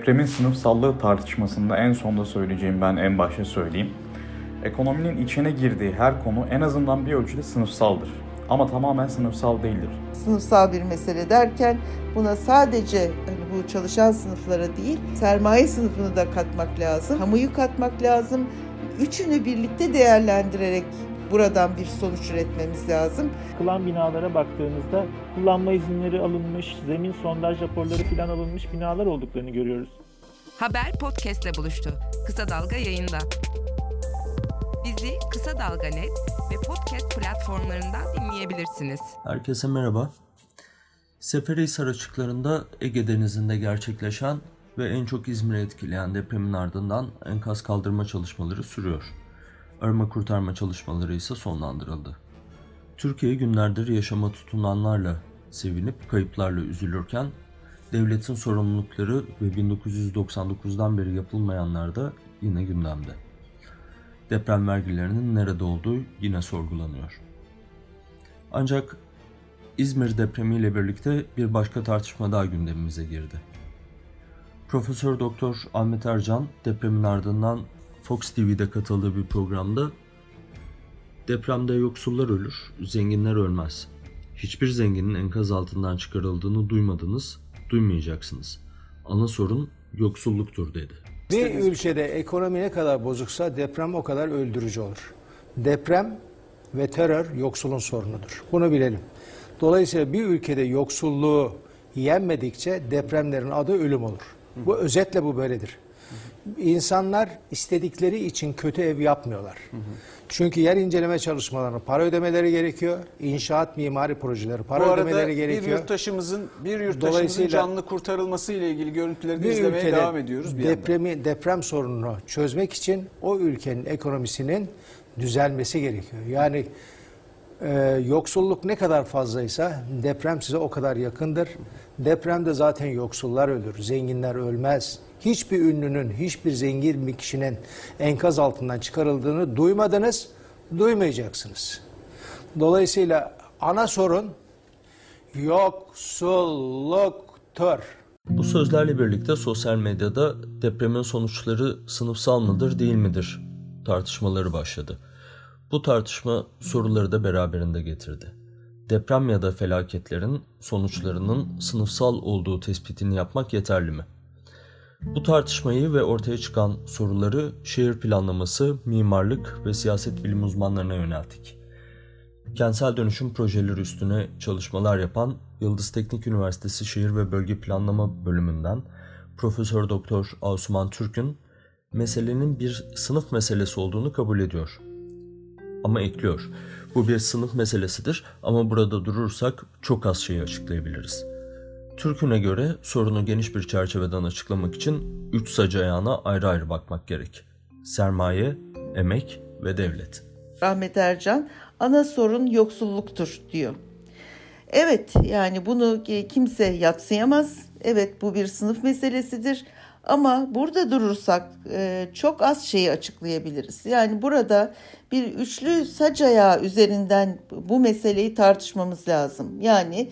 Depremin sınıfsallığı tartışmasında en sonda söyleyeceğim ben en başta söyleyeyim. Ekonominin içine girdiği her konu en azından bir ölçüde sınıfsaldır. Ama tamamen sınıfsal değildir. Sınıfsal bir mesele derken buna sadece bu çalışan sınıflara değil, sermaye sınıfını da katmak lazım, kamuyu katmak lazım. Üçünü birlikte değerlendirerek buradan bir sonuç üretmemiz lazım. Yıkılan binalara baktığımızda kullanma izinleri alınmış, zemin sondaj raporları falan alınmış binalar olduklarını görüyoruz. Haber podcast'le buluştu. Kısa Dalga yayında. Bizi Kısa Dalga Net ve podcast platformlarından dinleyebilirsiniz. Herkese merhaba. Seferihisar açıklarında Ege Denizi'nde gerçekleşen ve en çok İzmir'i etkileyen depremin ardından enkaz kaldırma çalışmaları sürüyor. Arama kurtarma çalışmaları ise sonlandırıldı. Türkiye günlerdir yaşama tutunanlarla sevinip kayıplarla üzülürken devletin sorumlulukları ve 1999'dan beri yapılmayanlar da yine gündemde. Deprem vergilerinin nerede olduğu yine sorgulanıyor. Ancak İzmir depremiyle birlikte bir başka tartışma daha gündemimize girdi. Profesör Doktor Ahmet Ercan depremin ardından Fox TV'de katıldığı bir programda depremde yoksullar ölür, zenginler ölmez. Hiçbir zenginin enkaz altından çıkarıldığını duymadınız, duymayacaksınız. Ana sorun yoksulluktur dedi. Bir ülkede ekonomi ne kadar bozuksa deprem o kadar öldürücü olur. Deprem ve terör yoksulun sorunudur. Bunu bilelim. Dolayısıyla bir ülkede yoksulluğu yenmedikçe depremlerin adı ölüm olur. Bu özetle bu böyledir. İnsanlar istedikleri için kötü ev yapmıyorlar. Çünkü yer inceleme çalışmalarına para ödemeleri gerekiyor. İnşaat mimari projeleri para ödemeleri gerekiyor. Bu arada bir yurttaşımızın canlı kurtarılması ile ilgili görüntüleri de izlemeye devam ediyoruz. Deprem sorununu çözmek için o ülkenin ekonomisinin düzelmesi gerekiyor. Yani yoksulluk ne kadar fazlaysa deprem size o kadar yakındır. Depremde zaten yoksullar ölür, zenginler ölmez. Hiçbir ünlünün, hiçbir zengin bir kişinin enkaz altından çıkarıldığını duymadınız, duymayacaksınız. Dolayısıyla ana sorun yoksulluktur. Bu sözlerle birlikte sosyal medyada depremin sonuçları sınıfsal mıdır, değil midir tartışmaları başladı. Bu tartışma soruları da beraberinde getirdi. Deprem ya da felaketlerin sonuçlarının sınıfsal olduğu tespitini yapmak yeterli mi? Bu tartışmayı ve ortaya çıkan soruları şehir planlaması, mimarlık ve siyaset bilim uzmanlarına yönelttik. Kentsel dönüşüm projeleri üstüne çalışmalar yapan Yıldız Teknik Üniversitesi Şehir ve Bölge Planlama Bölümünden Profesör Doktor Asuman Türk'ün meselenin bir sınıf meselesi olduğunu kabul ediyor. Ama ekliyor. Bu bir sınıf meselesidir ama burada durursak çok az şeyi açıklayabiliriz. Türk'üne göre sorunu geniş bir çerçeveden açıklamak için 3 sac ayağına ayrı ayrı bakmak gerek. Sermaye, emek ve devlet. Ahmet Ercan ana sorun yoksulluktur diyor. Evet, yani bunu kimse yadsıyamaz. Evet, bu bir sınıf meselesidir. Ama burada durursak çok az şeyi açıklayabiliriz. Yani burada bir üçlü sac ayağı üzerinden bu meseleyi tartışmamız lazım. Yani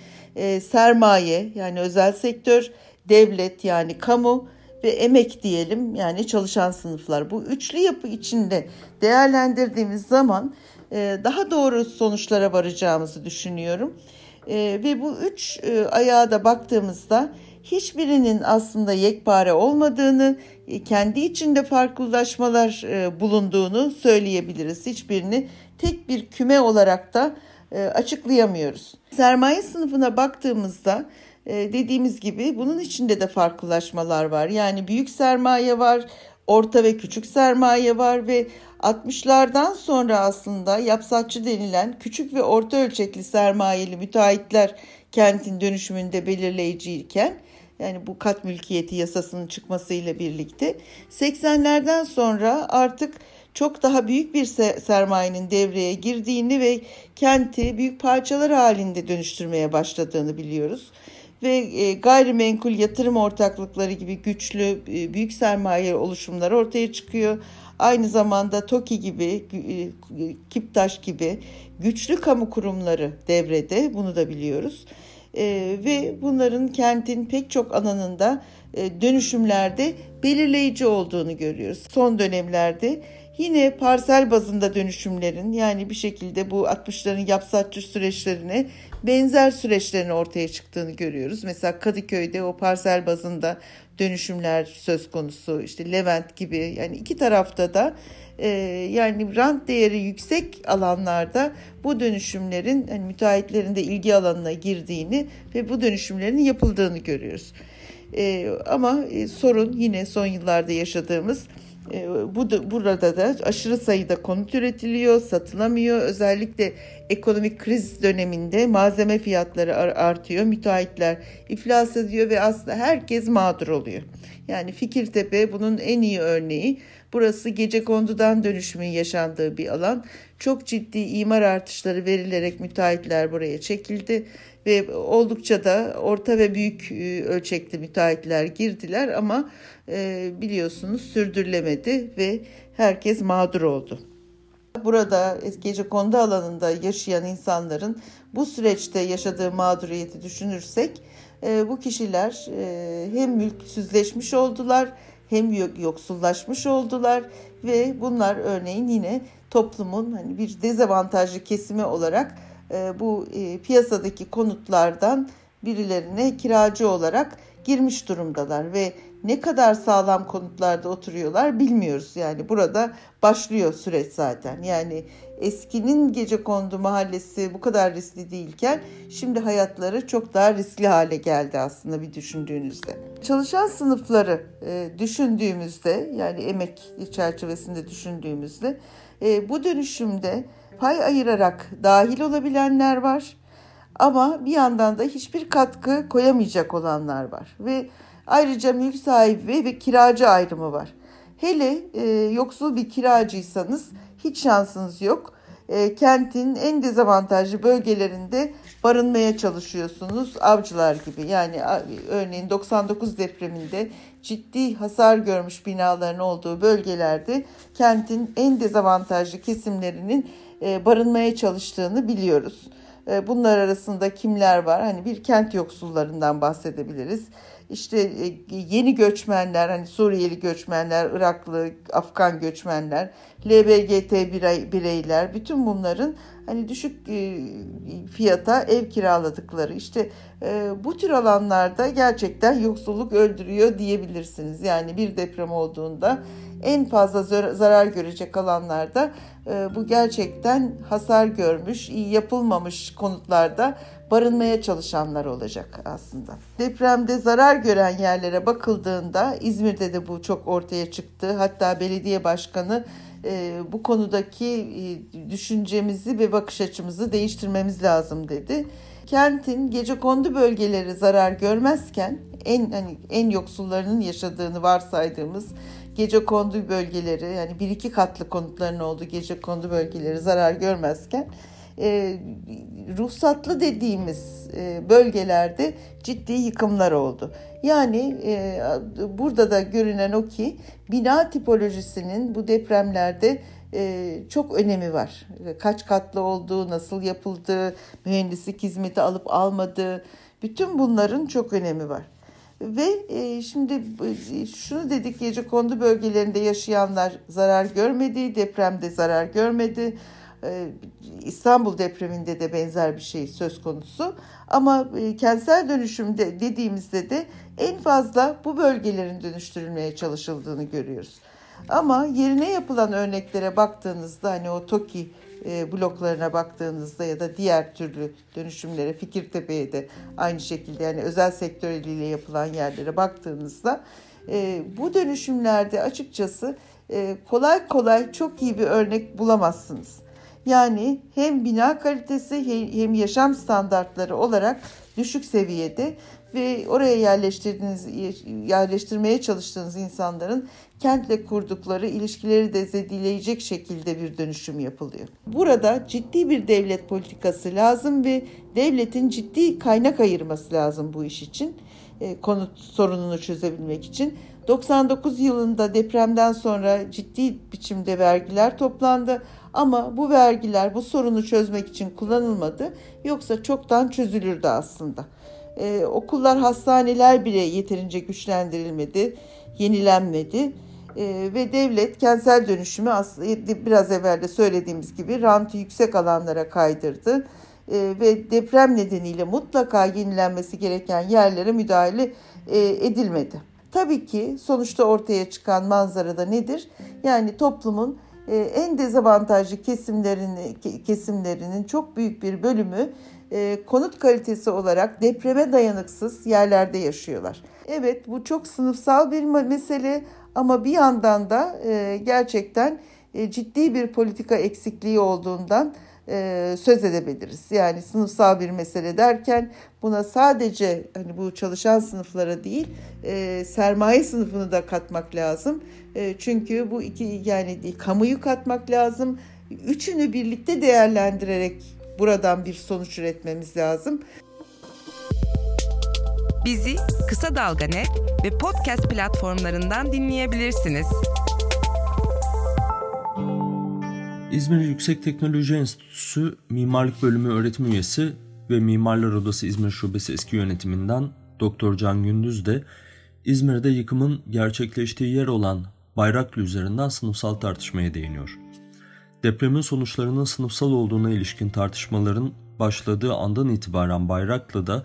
sermaye, yani özel sektör, devlet yani kamu ve emek diyelim, yani çalışan sınıflar. Bu üçlü yapı içinde değerlendirdiğimiz zaman daha doğru sonuçlara varacağımızı düşünüyorum. Ve bu üç ayağa da baktığımızda hiçbirinin aslında yekpare olmadığını, kendi içinde farklılaşmalar bulunduğunu söyleyebiliriz. Hiçbirini tek bir küme olarak da açıklayamıyoruz. Sermaye sınıfına baktığımızda dediğimiz gibi bunun içinde de farklılaşmalar var. Yani büyük sermaye var, orta ve küçük sermaye var ve 60'lardan sonra aslında yapsatçı denilen küçük ve orta ölçekli sermayeli müteahhitler kentin dönüşümünde belirleyiciyken, yani bu kat mülkiyeti yasasının çıkmasıyla birlikte 80'lerden sonra artık çok daha büyük bir sermayenin devreye girdiğini ve kenti büyük parçalar halinde dönüştürmeye başladığını biliyoruz. Ve gayrimenkul yatırım ortaklıkları gibi güçlü büyük sermaye oluşumları ortaya çıkıyor. Aynı zamanda TOKİ gibi, Kiptaş gibi güçlü kamu kurumları devrede, bunu da biliyoruz. Ve bunların kentin pek çok alanında dönüşümlerde belirleyici olduğunu görüyoruz. Son dönemlerde yine parsel bazında dönüşümlerin, yani bir şekilde bu 60'ların yapsatçı süreçlerine benzer süreçlerin ortaya çıktığını görüyoruz. Mesela Kadıköy'de o parsel bazında dönüşümler söz konusu, işte Levent gibi, yani iki tarafta da yani rant değeri yüksek alanlarda bu dönüşümlerin hani müteahhitlerin de ilgi alanına girdiğini ve bu dönüşümlerin yapıldığını görüyoruz. Ama sorun yine son yıllarda yaşadığımız, burada da aşırı sayıda konut üretiliyor, satılamıyor. Özellikle ekonomik kriz döneminde malzeme fiyatları artıyor, müteahhitler iflas ediyor ve aslında herkes mağdur oluyor. Yani Fikirtepe bunun en iyi örneği. Burası Gecekondu'dan dönüşümün yaşandığı bir alan. Çok ciddi imar artışları verilerek müteahhitler buraya çekildi ve oldukça da orta ve büyük ölçekli müteahhitler girdiler ama biliyorsunuz sürdürülemedi ve herkes mağdur oldu. Burada Gecekondu alanında yaşayan insanların bu süreçte yaşadığı mağduriyeti düşünürsek bu kişiler hem mülksüzleşmiş oldular hem yoksullaşmış oldular ve bunlar örneğin yine toplumun hani bir dezavantajlı kesimi olarak bu piyasadaki konutlardan birilerine kiracı olarak girmiş durumdalar ve ne kadar sağlam konutlarda oturuyorlar bilmiyoruz. Yani burada başlıyor süreç zaten. Yani eskinin Gecekondu mahallesi bu kadar riskli değilken şimdi hayatları çok daha riskli hale geldi aslında bir düşündüğünüzde. Çalışan sınıfları düşündüğümüzde, yani emek çerçevesinde düşündüğümüzde bu dönüşümde pay ayırarak dahil olabilenler var. Ama bir yandan da hiçbir katkı koyamayacak olanlar var ve ayrıca mülk sahibi ve kiracı ayrımı var. Hele yoksul bir kiracıysanız hiç şansınız yok. Kentin en dezavantajlı bölgelerinde barınmaya çalışıyorsunuz, avcılar gibi. Yani örneğin 99 depreminde ciddi hasar görmüş binaların olduğu bölgelerde kentin en dezavantajlı kesimlerinin barınmaya çalıştığını biliyoruz. Bunlar arasında kimler var? Hani bir kent yoksullarından bahsedebiliriz. İşte yeni göçmenler, hani Suriyeli göçmenler, Iraklı, Afgan göçmenler, LGBTİ bireyler, bütün bunların hani düşük fiyata ev kiraladıkları, işte bu tür alanlarda gerçekten yoksulluk öldürüyor diyebilirsiniz. Yani bir deprem olduğunda en fazla zarar görecek alanlarda bu gerçekten hasar görmüş, iyi yapılmamış konutlarda barınmaya çalışanlar olacak aslında. Depremde zarar gören yerlere bakıldığında İzmir'de de bu çok ortaya çıktı. Hatta belediye başkanı bu konudaki düşüncemizi ve bakış açımızı değiştirmemiz lazım dedi. Kentin Gecekondu bölgeleri zarar görmezken en yoksullarının yaşadığını varsaydığımız Gecekondu bölgeleri, yani 1-2 katlı konutların olduğu Gecekondu bölgeleri zarar görmezken ruhsatlı dediğimiz bölgelerde ciddi yıkımlar oldu. Yani burada da görünen o ki bina tipolojisinin bu depremlerde çok önemi var. Kaç katlı olduğu, nasıl yapıldığı, mühendislik hizmeti alıp almadığı, bütün bunların çok önemi var. Ve şimdi şunu dedik, Gecekondu bölgelerinde yaşayanlar zarar görmedi, depremde zarar görmedi. İstanbul depreminde de benzer bir şey söz konusu. Ama kentsel dönüşümde dediğimizde de en fazla bu bölgelerin dönüştürülmeye çalışıldığını görüyoruz. Ama yerine yapılan örneklere baktığınızda, hani o TOKİ bloklarına baktığınızda ya da diğer türlü dönüşümlere, Fikirtepe'ye de aynı şekilde, yani özel sektör eliyle yapılan yerlere baktığınızda bu dönüşümlerde açıkçası kolay kolay çok iyi bir örnek bulamazsınız. Yani hem bina kalitesi hem yaşam standartları olarak düşük seviyede ve oraya yerleştirmeye çalıştığınız insanların kentle kurdukları ilişkileri de zedeleyecek şekilde bir dönüşüm yapılıyor. Burada ciddi bir devlet politikası lazım ve devletin ciddi kaynak ayırması lazım bu iş için, konut sorununu çözebilmek için. 99 yılında depremden sonra ciddi biçimde vergiler toplandı ama bu vergiler bu sorunu çözmek için kullanılmadı. Yoksa çoktan çözülürdü aslında. Okullar, hastaneler bile yeterince güçlendirilmedi, yenilenmedi. Ve devlet kentsel dönüşümü biraz evvel de söylediğimiz gibi rantı yüksek alanlara kaydırdı. Ve deprem nedeniyle mutlaka yenilenmesi gereken yerlere müdahale edilmedi. Tabii ki sonuçta ortaya çıkan manzarada nedir? Yani toplumun en dezavantajlı kesimlerinin çok büyük bir bölümü konut kalitesi olarak depreme dayanıksız yerlerde yaşıyorlar. Evet, bu çok sınıfsal bir mesele ama bir yandan da gerçekten ciddi bir politika eksikliği olduğundan söz edebiliriz. Yani sınıfsal bir mesele derken buna sadece hani bu çalışan sınıflara değil sermaye sınıfını da katmak lazım. Çünkü bu iki, yani kamuyu katmak lazım. Üçünü birlikte değerlendirerek buradan bir sonuç üretmemiz lazım. Bizi Kısa Dalga Net ve podcast platformlarından dinleyebilirsiniz. İzmir Yüksek Teknoloji Enstitüsü Mimarlık Bölümü öğretim üyesi ve Mimarlar Odası İzmir Şubesi eski yönetiminden Dr. Can Gündüz de İzmir'de yıkımın gerçekleştiği yer olan Bayraklı üzerinden sınıfsal tartışmaya değiniyor. Depremin sonuçlarının sınıfsal olduğuna ilişkin tartışmaların başladığı andan itibaren Bayraklı'da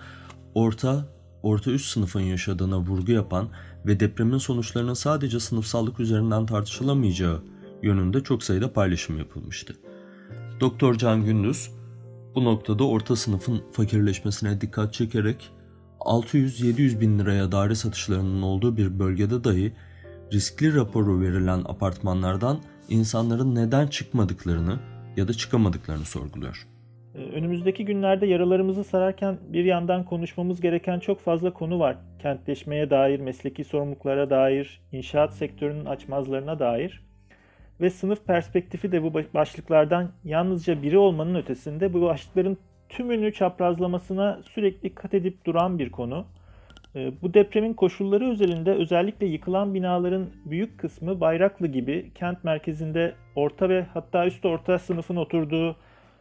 orta üst sınıfın yaşadığına vurgu yapan ve depremin sonuçlarının sadece sınıfsallık üzerinden tartışılamayacağı yönünde çok sayıda paylaşım yapılmıştı. Dr. Can Gündüz bu noktada orta sınıfın fakirleşmesine dikkat çekerek 600-700 bin liraya daire satışlarının olduğu bir bölgede dahi riskli raporu verilen apartmanlardan insanların neden çıkmadıklarını ya da çıkamadıklarını sorguluyor. Önümüzdeki günlerde yaralarımızı sararken bir yandan konuşmamız gereken çok fazla konu var. Kentleşmeye dair, mesleki sorumluluklara dair, inşaat sektörünün açmazlarına dair. Ve sınıf perspektifi de bu başlıklardan yalnızca biri olmanın ötesinde bu başlıkların tümünü çaprazlamasına sürekli kat edip duran bir konu. Bu depremin koşulları özelinde özellikle yıkılan binaların büyük kısmı Bayraklı gibi kent merkezinde orta ve hatta üst orta sınıfın oturduğu,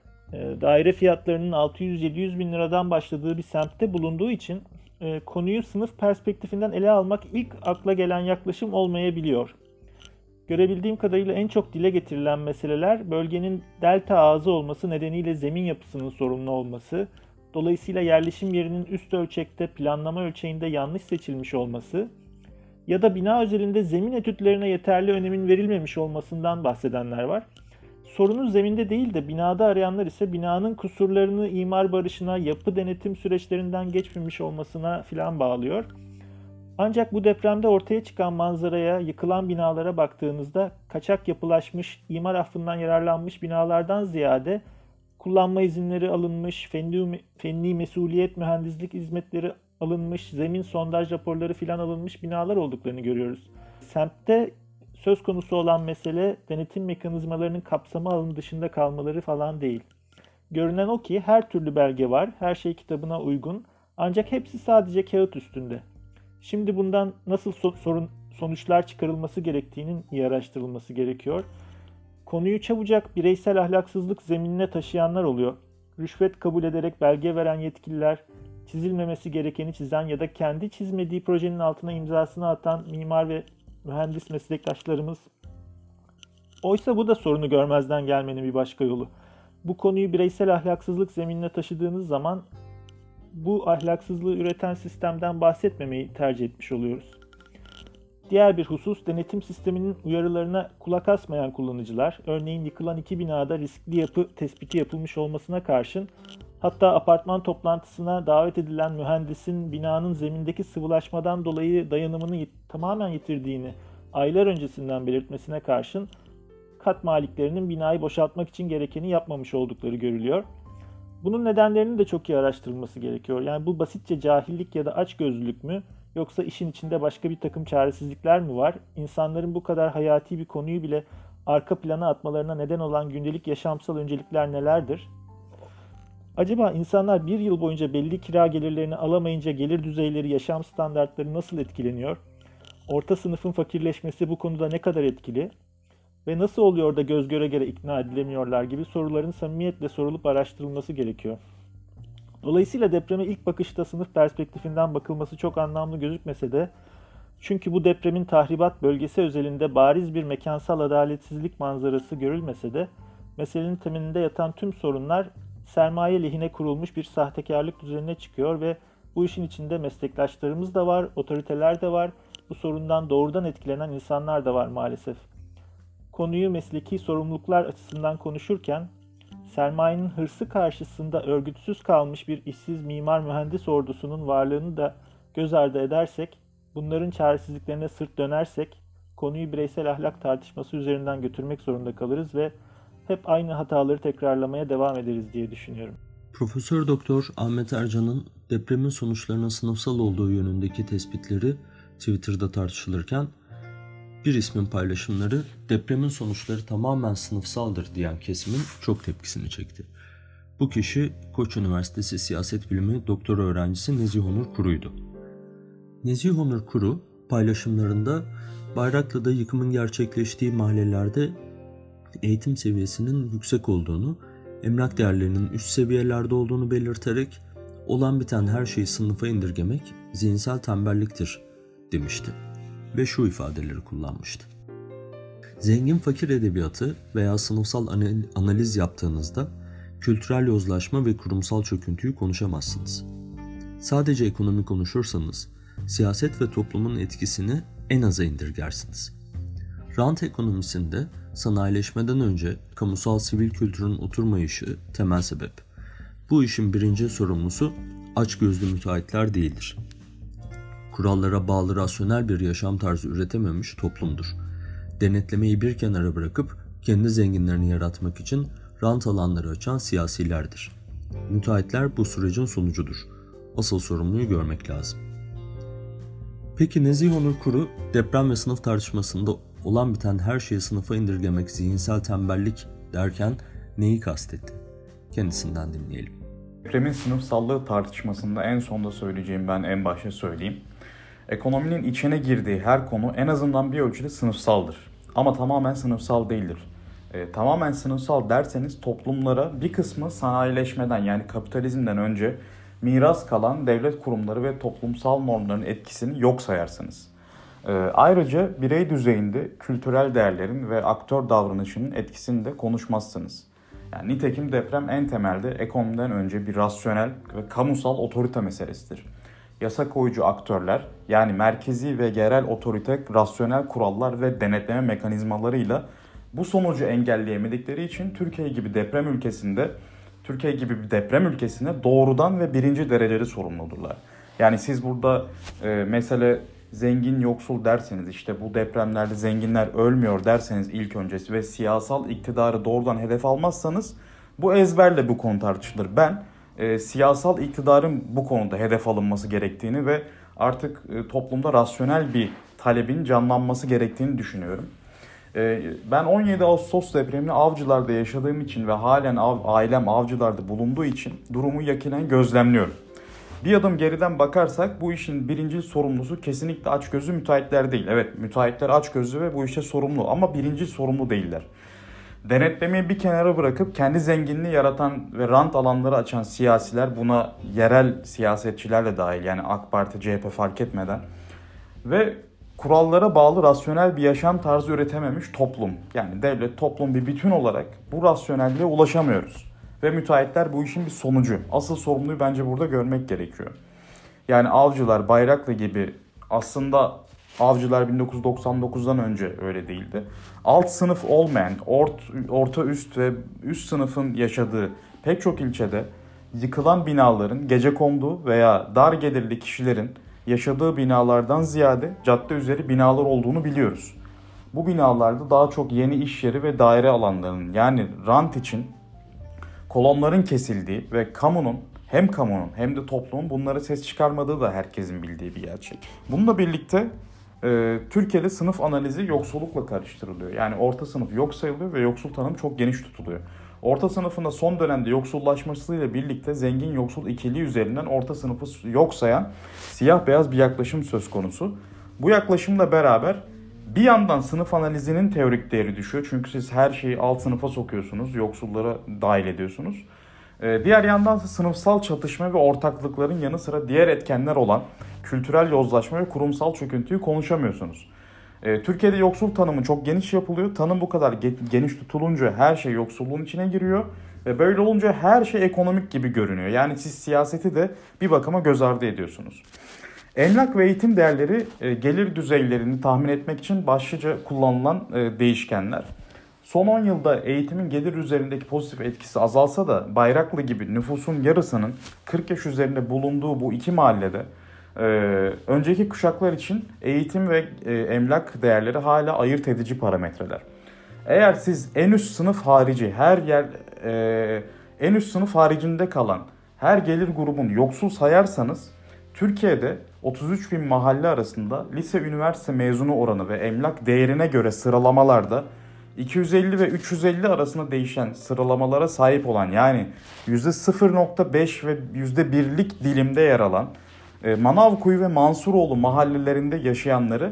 daire fiyatlarının 600-700 bin liradan başladığı bir semtte bulunduğu için konuyu sınıf perspektifinden ele almak ilk akla gelen yaklaşım olmayabiliyor. Görebildiğim kadarıyla en çok dile getirilen meseleler bölgenin delta ağzı olması nedeniyle zemin yapısının sorunlu olması, dolayısıyla yerleşim yerinin üst ölçekte planlama ölçeğinde yanlış seçilmiş olması ya da bina özelinde zemin etütlerine yeterli önemin verilmemiş olmasından bahsedenler var. Sorunu zeminde değil de binada arayanlar ise binanın kusurlarını imar barışına, yapı denetim süreçlerinden geçmemiş olmasına filan bağlıyor. Ancak bu depremde ortaya çıkan manzaraya, yıkılan binalara baktığınızda kaçak yapılaşmış, imar affından yararlanmış binalardan ziyade kullanma izinleri alınmış, fenni mesuliyet mühendislik hizmetleri alınmış, zemin sondaj raporları filan alınmış binalar olduklarını görüyoruz. Semtte söz konusu olan mesele denetim mekanizmalarının kapsamı alanı dışında kalmaları falan değil. Görünen o ki her türlü belge var, her şey kitabına uygun ancak hepsi sadece kağıt üstünde. Şimdi bundan nasıl sonuçlar çıkarılması gerektiğinin iyi araştırılması gerekiyor. Konuyu çabucak bireysel ahlaksızlık zeminine taşıyanlar oluyor. Rüşvet kabul ederek belge veren yetkililer, çizilmemesi gerekeni çizen ya da kendi çizmediği projenin altına imzasını atan mimar ve mühendis meslektaşlarımız. Oysa bu da sorunu görmezden gelmenin bir başka yolu. Bu konuyu bireysel ahlaksızlık zeminine taşıdığınız zaman bu ahlaksızlığı üreten sistemden bahsetmemeyi tercih etmiş oluyoruz. Diğer bir husus, denetim sisteminin uyarılarına kulak asmayan kullanıcılar, örneğin yıkılan 2 binada riskli yapı tespiti yapılmış olmasına karşın, hatta apartman toplantısına davet edilen mühendisin binanın zemindeki sıvılaşmadan dolayı dayanımını tamamen yitirdiğini aylar öncesinden belirtmesine karşın, kat maliklerinin binayı boşaltmak için gerekeni yapmamış oldukları görülüyor. Bunun nedenlerinin de çok iyi araştırılması gerekiyor. Yani bu basitçe cahillik ya da açgözlülük mü? Yoksa işin içinde başka bir takım çaresizlikler mi var? İnsanların bu kadar hayati bir konuyu bile arka plana atmalarına neden olan gündelik yaşamsal öncelikler nelerdir? Acaba insanlar bir yıl boyunca belli kira gelirlerini alamayınca gelir düzeyleri, yaşam standartları nasıl etkileniyor? orta sınıfın fakirleşmesi bu konuda ne kadar etkili ve nasıl oluyor da göz göre göre ikna edilemiyorlar gibi soruların samimiyetle sorulup araştırılması gerekiyor. Dolayısıyla depreme ilk bakışta sınıf perspektifinden bakılması çok anlamlı gözükmese de, çünkü bu depremin tahribat bölgesi özelinde bariz bir mekansal adaletsizlik manzarası görülmese de, meselenin temelinde yatan tüm sorunlar sermaye lehine kurulmuş bir sahtekarlık düzenine çıkıyor ve bu işin içinde meslektaşlarımız da var, otoriteler de var, bu sorundan doğrudan etkilenen insanlar da var maalesef. Konuyu mesleki sorumluluklar açısından konuşurken, sermayenin hırsı karşısında örgütsüz kalmış bir işsiz mimar mühendis ordusunun varlığını da göz ardı edersek, bunların çaresizliklerine sırt dönersek, konuyu bireysel ahlak tartışması üzerinden götürmek zorunda kalırız ve hep aynı hataları tekrarlamaya devam ederiz diye düşünüyorum. Profesör Doktor Ahmet Ercan'ın depremin sonuçlarının sınıfsal olduğu yönündeki tespitleri Twitter'da tartışılırken, bir ismin paylaşımları depremin sonuçları tamamen sınıfsaldır diyen kesimin çok tepkisini çekti. Bu kişi Koç Üniversitesi Siyaset Bilimi doktora öğrencisi Nezih Onur Kuru'ydu. Nezih Onur Kuru paylaşımlarında Bayraklı'da yıkımın gerçekleştiği mahallelerde eğitim seviyesinin yüksek olduğunu, emlak değerlerinin üst seviyelerde olduğunu belirterek olan biten her şeyi sınıfa indirgemek zihinsel tembelliktir demişti ve şu ifadeleri kullanmıştı. Zengin fakir edebiyatı veya sınıfsal analiz yaptığınızda kültürel yozlaşma ve kurumsal çöküntüyü konuşamazsınız. Sadece ekonomi konuşursanız siyaset ve toplumun etkisini en aza indirgersiniz. Rant ekonomisinde sanayileşmeden önce kamusal sivil kültürün oturmayışı temel sebep. Bu işin birinci sorumlusu açgözlü müteahhitler değildir. Kurallara bağlı rasyonel bir yaşam tarzı üretememiş toplumdur. Denetlemeyi bir kenara bırakıp kendi zenginlerini yaratmak için rant alanları açan siyasilerdir. Müteahhitler bu sürecin sonucudur. Asıl sorumluyu görmek lazım. Peki Nezih Onur Kuru deprem ve sınıf tartışmasında olan biten her şeyi sınıfa indirgemek zihinsel tembellik derken neyi kastetti? Kendisinden dinleyelim. Depremin sınıfsallığı tartışmasında en sonda söyleyeceğim ben en başta söyleyeyim. Ekonominin içine girdiği her konu en azından bir ölçüde sınıfsaldır. Ama tamamen sınıfsal değildir. Tamamen sınıfsal derseniz toplumlara bir kısmı sanayileşmeden yani kapitalizmden önce miras kalan devlet kurumları ve toplumsal normların etkisini yok sayarsınız. Ayrıca birey düzeyinde kültürel değerlerin ve aktör davranışının etkisini de konuşmazsınız. Yani nitekim deprem en temelde ekonomiden önce bir rasyonel ve kamusal otorite meselesidir. Yasa koyucu aktörler yani merkezi ve yerel otorite rasyonel kurallar ve denetleme mekanizmalarıyla bu sonucu engelleyemedikleri için Türkiye gibi bir deprem ülkesine doğrudan ve birinci dereceli sorumludurlar. Yani siz burada mesele zengin yoksul derseniz işte bu depremlerde zenginler ölmüyor derseniz ilk öncesi ve siyasal iktidarı doğrudan hedef almazsanız bu ezberle bu konu tartışılır. Ben siyasal iktidarın bu konuda hedef alınması gerektiğini ve artık toplumda rasyonel bir talebin canlanması gerektiğini düşünüyorum. Ben 17 Ağustos depremini Avcılar'da yaşadığım için ve halen ailem Avcılar'da bulunduğu için durumu yakinen gözlemliyorum. Bir adım geriden bakarsak bu işin birinci sorumlusu kesinlikle açgözlü müteahhitler değil. Evet, müteahhitler açgözlü ve bu işe sorumlu ama birinci sorumlu değiller. Denetlemeyi bir kenara bırakıp kendi zenginliği yaratan ve rant alanları açan siyasiler, buna yerel siyasetçiler de dahil yani AK Parti, CHP fark etmeden ve kurallara bağlı rasyonel bir yaşam tarzı üretememiş toplum. Yani devlet, toplum bir bütün olarak bu rasyonelliğe ulaşamıyoruz. Ve müteahhitler bu işin bir sonucu. Asıl sorumluyu bence burada görmek gerekiyor. Yani Avcılar, Bayraklı gibi aslında Avcılar 1999'dan önce öyle değildi. Alt sınıf olmayan, orta üst ve üst sınıfın yaşadığı pek çok ilçede yıkılan binaların gecekondu veya dar gelirli kişilerin yaşadığı binalardan ziyade cadde üzeri binalar olduğunu biliyoruz. Bu binalarda daha çok yeni iş yeri ve daire alanlarının yani rant için kolonların kesildiği ve kamunun hem de toplumun bunlara ses çıkarmadığı da herkesin bildiği bir gerçek. Bununla birlikte Türkiye'de sınıf analizi yoksullukla karıştırılıyor. Yani orta sınıf yok sayılıyor ve yoksul tanımı çok geniş tutuluyor. Orta sınıfında son dönemde yoksullaşmasıyla birlikte zengin yoksul ikiliği üzerinden orta sınıfı yok sayan siyah beyaz bir yaklaşım söz konusu. Bu yaklaşımla beraber bir yandan sınıf analizinin teorik değeri düşüyor. Çünkü siz her şeyi alt sınıfa sokuyorsunuz, yoksullara dahil ediyorsunuz. Diğer yandan sınıfsal çatışma ve ortaklıkların yanı sıra diğer etkenler olan kültürel yozlaşma ve kurumsal çöküntüyü konuşamıyorsunuz. Türkiye'de yoksul tanımı çok geniş yapılıyor. Tanım bu kadar geniş tutulunca her şey yoksulluğun içine giriyor. Ve böyle olunca her şey ekonomik gibi görünüyor. Yani siz siyaseti de bir bakıma göz ardı ediyorsunuz. Emlak ve eğitim değerleri gelir düzeylerini tahmin etmek için başlıca kullanılan değişkenler. Son 10 yılda eğitimin gelir üzerindeki pozitif etkisi azalsa da Bayraklı gibi nüfusun yarısının 40 yaş üzerinde bulunduğu bu iki mahallede önceki kuşaklar için eğitim ve emlak değerleri hala ayırt edici parametreler. Eğer siz en üst sınıf harici en üst sınıf haricinde kalan her gelir grubunu yoksul sayarsanız Türkiye'de 33 bin mahalle arasında lise üniversite mezunu oranı ve emlak değerine göre sıralamalarda 250 ve 350 arasında değişen sıralamalara sahip olan, yani %0.5 ve %1'lik dilimde yer alan Manavkuyu ve Mansuroğlu mahallelerinde yaşayanları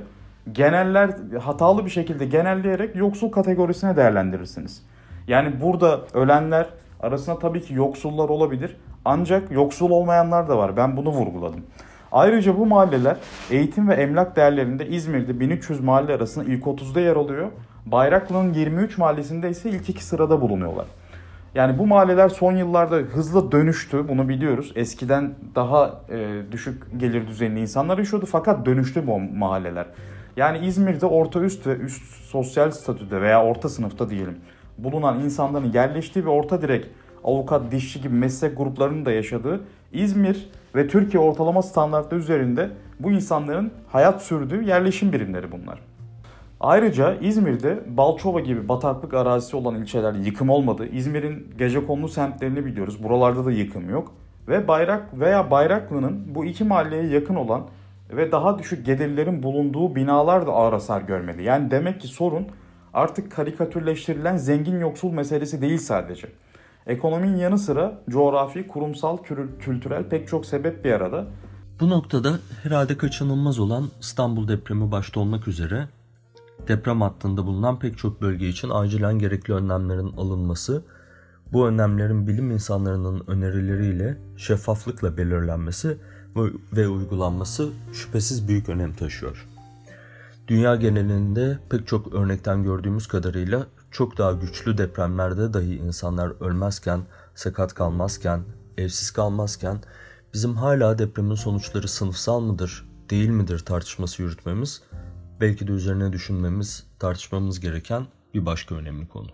hatalı bir şekilde genelleyerek yoksul kategorisine değerlendirirsiniz. Yani burada ölenler arasında tabii ki yoksullar olabilir, ancak yoksul olmayanlar da var. Ben bunu vurguladım. Ayrıca bu mahalleler eğitim ve emlak değerlerinde İzmir'de 1300 mahalle arasında ilk 30'da yer alıyor. Bayraklı'nın 23 mahallesinde ise ilk 2 sırada bulunuyorlar. Yani bu mahalleler son yıllarda hızla dönüştü, bunu biliyoruz. Eskiden daha düşük gelir düzeyinde insanlar yaşıyordu fakat dönüştü bu mahalleler. Yani İzmir'de orta üst ve üst sosyal statüde veya orta sınıfta diyelim bulunan insanların yerleştiği ve orta direk, avukat, dişçi gibi meslek gruplarının da yaşadığı İzmir ve Türkiye ortalama standartları üzerinde bu insanların hayat sürdüğü yerleşim birimleri bunlar. Ayrıca İzmir'de Balçova gibi bataklık arazisi olan ilçeler yıkım olmadı. İzmir'in gecekondu semtlerini biliyoruz. Buralarda da yıkım yok. Ve Bayraklı'nın bu iki mahalleye yakın olan ve daha düşük gelirlerin bulunduğu binalar da ağır hasar görmedi. Yani demek ki sorun artık karikatürleştirilen zengin yoksul meselesi değil sadece. Ekonominin yanı sıra coğrafi, kurumsal, kültürel pek çok sebep bir arada. Bu noktada herhalde kaçınılmaz olan İstanbul depremi başta olmak üzere deprem hattında bulunan pek çok bölge için acilen gerekli önlemlerin alınması, bu önlemlerin bilim insanlarının önerileriyle şeffaflıkla belirlenmesi ve uygulanması şüphesiz büyük önem taşıyor. Dünya genelinde pek çok örnekten gördüğümüz kadarıyla çok daha güçlü depremlerde dahi insanlar ölmezken, sakat kalmazken, evsiz kalmazken bizim hala depremin sonuçları sınıfsal mıdır, değil midir tartışması yürütmemiz, belki de üzerine düşünmemiz, tartışmamız gereken bir başka önemli konu.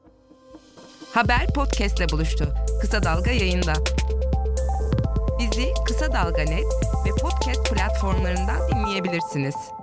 Haber podcast'le buluştu. Kısa Dalga yayında. Bizi Kısa Dalga.net ve podcast platformlarından dinleyebilirsiniz.